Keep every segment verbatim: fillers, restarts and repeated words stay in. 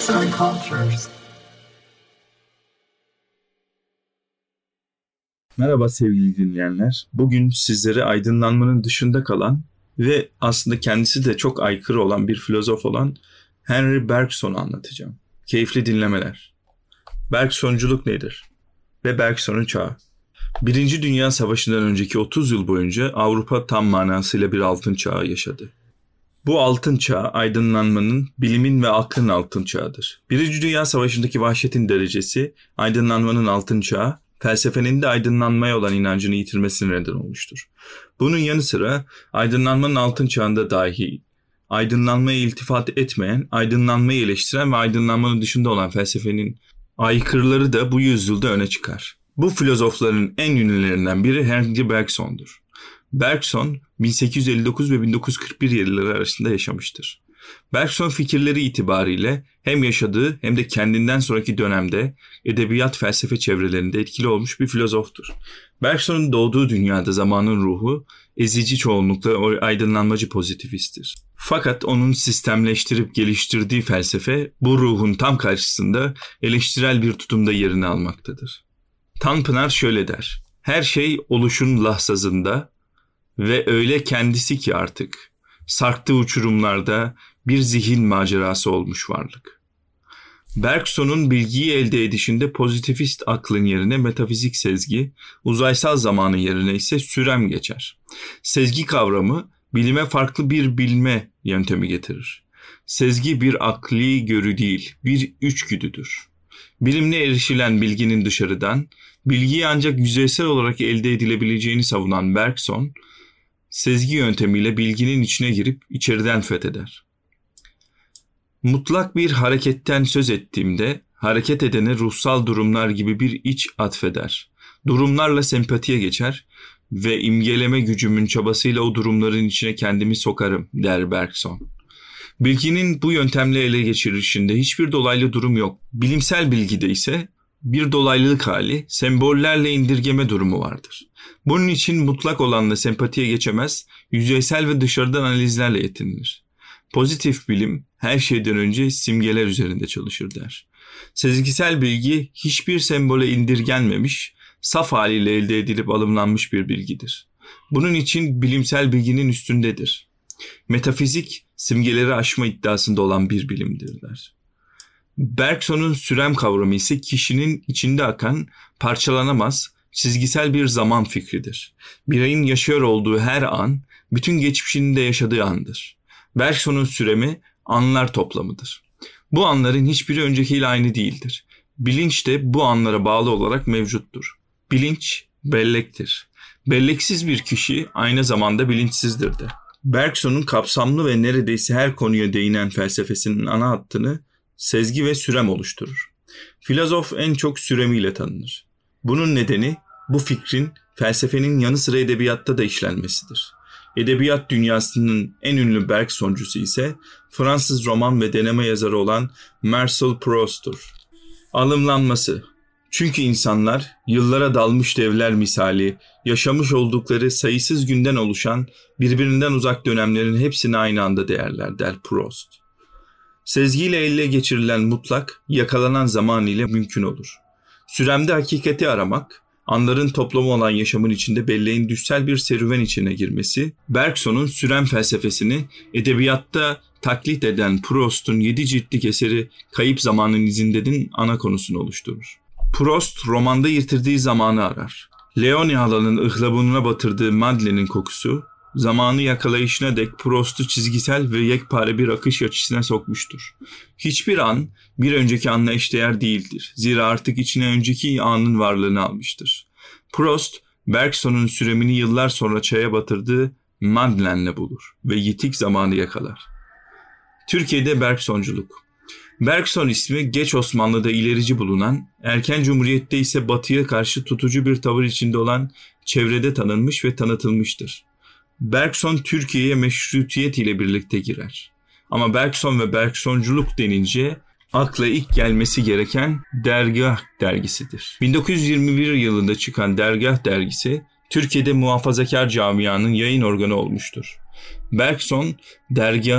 Arts and Cultures. Merhaba sevgili dinleyenler. Bugün sizlere aydınlanmanın dışında kalan ve aslında kendisi de çok aykırı olan bir filozof olan Henri Bergson'u anlatacağım. Keyifli dinlemeler. Bergsonculuk nedir? Ve Bergson'un çağı. Birinci Dünya Savaşı'ndan önceki otuz yıl boyunca Avrupa tam manasıyla bir altın çağı yaşadı. Bu altın çağı aydınlanmanın, bilimin ve aklın altın çağıdır. Birinci Dünya Savaşı'ndaki vahşetin derecesi, aydınlanmanın altın çağı, felsefenin de aydınlanmaya olan inancını yitirmesine neden olmuştur. Bunun yanı sıra aydınlanmanın altın çağında dahi aydınlanmaya iltifat etmeyen, aydınlanmayı eleştiren ve aydınlanmanın dışında olan felsefenin aykırıları da bu yüzyılda öne çıkar. Bu filozofların en ünlülerinden biri Henri Bergson'dur. Bergson bin sekiz yüz elli dokuz ve bin dokuz yüz kırk bir yılları arasında yaşamıştır. Bergson fikirleri itibariyle hem yaşadığı hem de kendinden sonraki dönemde edebiyat felsefe çevrelerinde etkili olmuş bir filozoftur. Bergson'un doğduğu dünyada zamanın ruhu ezici çoğunlukla aydınlanmacı pozitivisttir. Fakat onun sistemleştirip geliştirdiği felsefe bu ruhun tam karşısında eleştirel bir tutumda yerini almaktadır. Tanpınar şöyle der: her şey oluşun lahzasında ve öyle kendisi ki artık sarktığı uçurumlarda bir zihin macerası olmuş varlık. Bergson'un bilgiyi elde edişinde pozitivist aklın yerine metafizik sezgi, uzaysal zamanın yerine ise sürem geçer. Sezgi kavramı bilime farklı bir bilme yöntemi getirir. Sezgi bir akli görü değil, bir içgüdüdür. Bilimle erişilen bilginin dışarıdan, bilgiyi ancak yüzeysel olarak elde edilebileceğini savunan Bergson, sezgi yöntemiyle bilginin içine girip içeriden fetheder. Mutlak bir hareketten söz ettiğimde hareket edene ruhsal durumlar gibi bir iç atfeder. Durumlarla sempatiye geçer ve imgeleme gücümün çabasıyla o durumların içine kendimi sokarım der Bergson. Bilginin bu yöntemle ele geçirilişinde hiçbir dolaylı durum yok. Bilimsel bilgide ise bir dolaylılık hali, sembollerle indirgeme durumu vardır. Bunun için mutlak olanla sempatiye geçemez, yüzeysel ve dışarıdan analizlerle yetinilir. Pozitif bilim her şeyden önce simgeler üzerinde çalışır der. Sezgisel bilgi hiçbir sembole indirgenmemiş, saf haliyle elde edilip alımlanmış bir bilgidir. Bunun için bilimsel bilginin üstündedir. Metafizik simgeleri aşma iddiasında olan bir bilimdir der. Bergson'un sürem kavramı ise kişinin içinde akan, parçalanamaz, çizgisel bir zaman fikridir. Bireyin yaşıyor olduğu her an, bütün geçmişinde yaşadığı andır. Bergson'un süremi anlar toplamıdır. Bu anların hiçbiri öncekiyle aynı değildir. Bilinç de bu anlara bağlı olarak mevcuttur. Bilinç bellektir. Belleksiz bir kişi aynı zamanda bilinçsizdir de. Bergson'un kapsamlı ve neredeyse her konuya değinen felsefesinin ana hattını sezgi ve sürem oluşturur. Filozof en çok süremiyle tanınır. Bunun nedeni bu fikrin felsefenin yanı sıra edebiyatta da işlenmesidir. Edebiyat dünyasının en ünlü Bergsoncusu ise Fransız roman ve deneme yazarı olan Marcel Proust'tur. Alımlanması. Çünkü insanlar yıllara dalmış devler misali yaşamış oldukları sayısız günden oluşan birbirinden uzak dönemlerin hepsini aynı anda değerler der Proust. Sezgiyle elle geçirilen mutlak yakalanan zaman ile mümkün olur. Süremde hakikati aramak, anların toplamı olan yaşamın içinde belleğin düşsel bir serüven içine girmesi, Bergson'un sürem felsefesini edebiyatta taklit eden Proust'un yedi ciltlik eseri Kayıp Zamanın İzinde'nin ana konusunu oluşturur. Proust romanda yitirdiği zamanı arar. Leonie halanın ıhlabununa batırdığı Madeleine'in kokusu, zamanı yakalayışına dek Proust'u çizgisel ve yekpare bir akış açısına sokmuştur. Hiçbir an bir önceki anla eşdeğer değildir. Zira artık içine önceki anın varlığını almıştır. Proust, Bergson'un süremini yıllar sonra çaya batırdığı Madeleine'le bulur ve yitik zamanı yakalar. Türkiye'de Bergsonculuk. Bergson ismi geç Osmanlı'da ilerici bulunan, erken Cumhuriyet'te ise Batı'ya karşı tutucu bir tavır içinde olan çevrede tanınmış ve tanıtılmıştır. Bergson Türkiye'ye meşrutiyet ile birlikte girer. Ama Bergson ve Bergsonculuk denince akla ilk gelmesi gereken Dergah dergisidir. bin dokuz yüz yirmi bir yılında çıkan Dergah dergisi, Türkiye'de muhafazakar camianın yayın organı olmuştur. Bergson, dergahın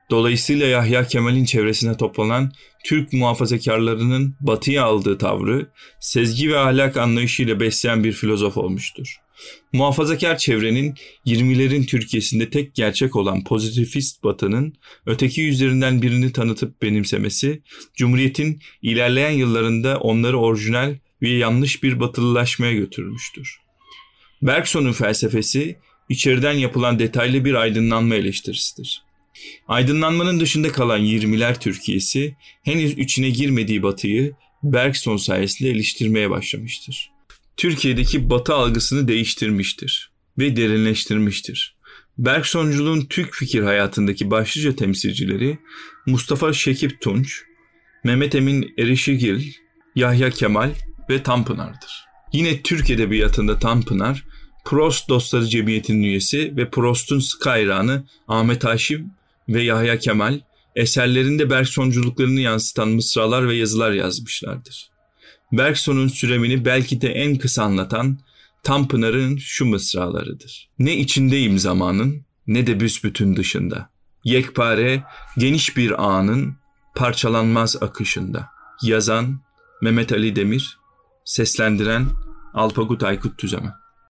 Dolayısıyla Yahya Kemal'in çevresine toplanan Türk muhafazakarlarının batıya aldığı tavrı, sezgi ve ahlak anlayışıyla besleyen bir filozof olmuştur. Muhafazakar çevrenin yirmilerin Türkiye'sinde tek gerçek olan pozitifist batının öteki yüzlerinden birini tanıtıp benimsemesi, Cumhuriyet'in ilerleyen yıllarında onları orijinal ve yanlış bir batılılaşmaya götürmüştür. Bergson'un felsefesi, içeriden yapılan detaylı bir aydınlanma eleştirisidir. Aydınlanmanın dışında kalan yirmiler Türkiye'si henüz içine girmediği Batı'yı Bergson sayesinde eleştirmeye başlamıştır. Türkiye'deki Batı algısını değiştirmiştir ve derinleştirmiştir. Bergsonculuğun Türk fikir hayatındaki başlıca temsilcileri Mustafa Şekip Tunç, Mehmet Emin Erişigil, Yahya Kemal ve Tanpınar'dır. Yine Türk edebiyatında Tanpınar, Prost Dostları Cemiyeti'nin üyesi ve Prost'un sıkı hayranı Ahmet Haşim ve Yahya Kemal eserlerinde Bergsonculuklarını yansıtan mısralar ve yazılar yazmışlardır. Bergson'un süremini belki de en kısa anlatan Tanpınar'ın şu mısralarıdır. Ne içindeyim zamanın ne de büsbütün dışında. Yekpare geniş bir anın parçalanmaz akışında. Yazan Mehmet Ali Demir, seslendiren Alpagut Aykut Tüzemen.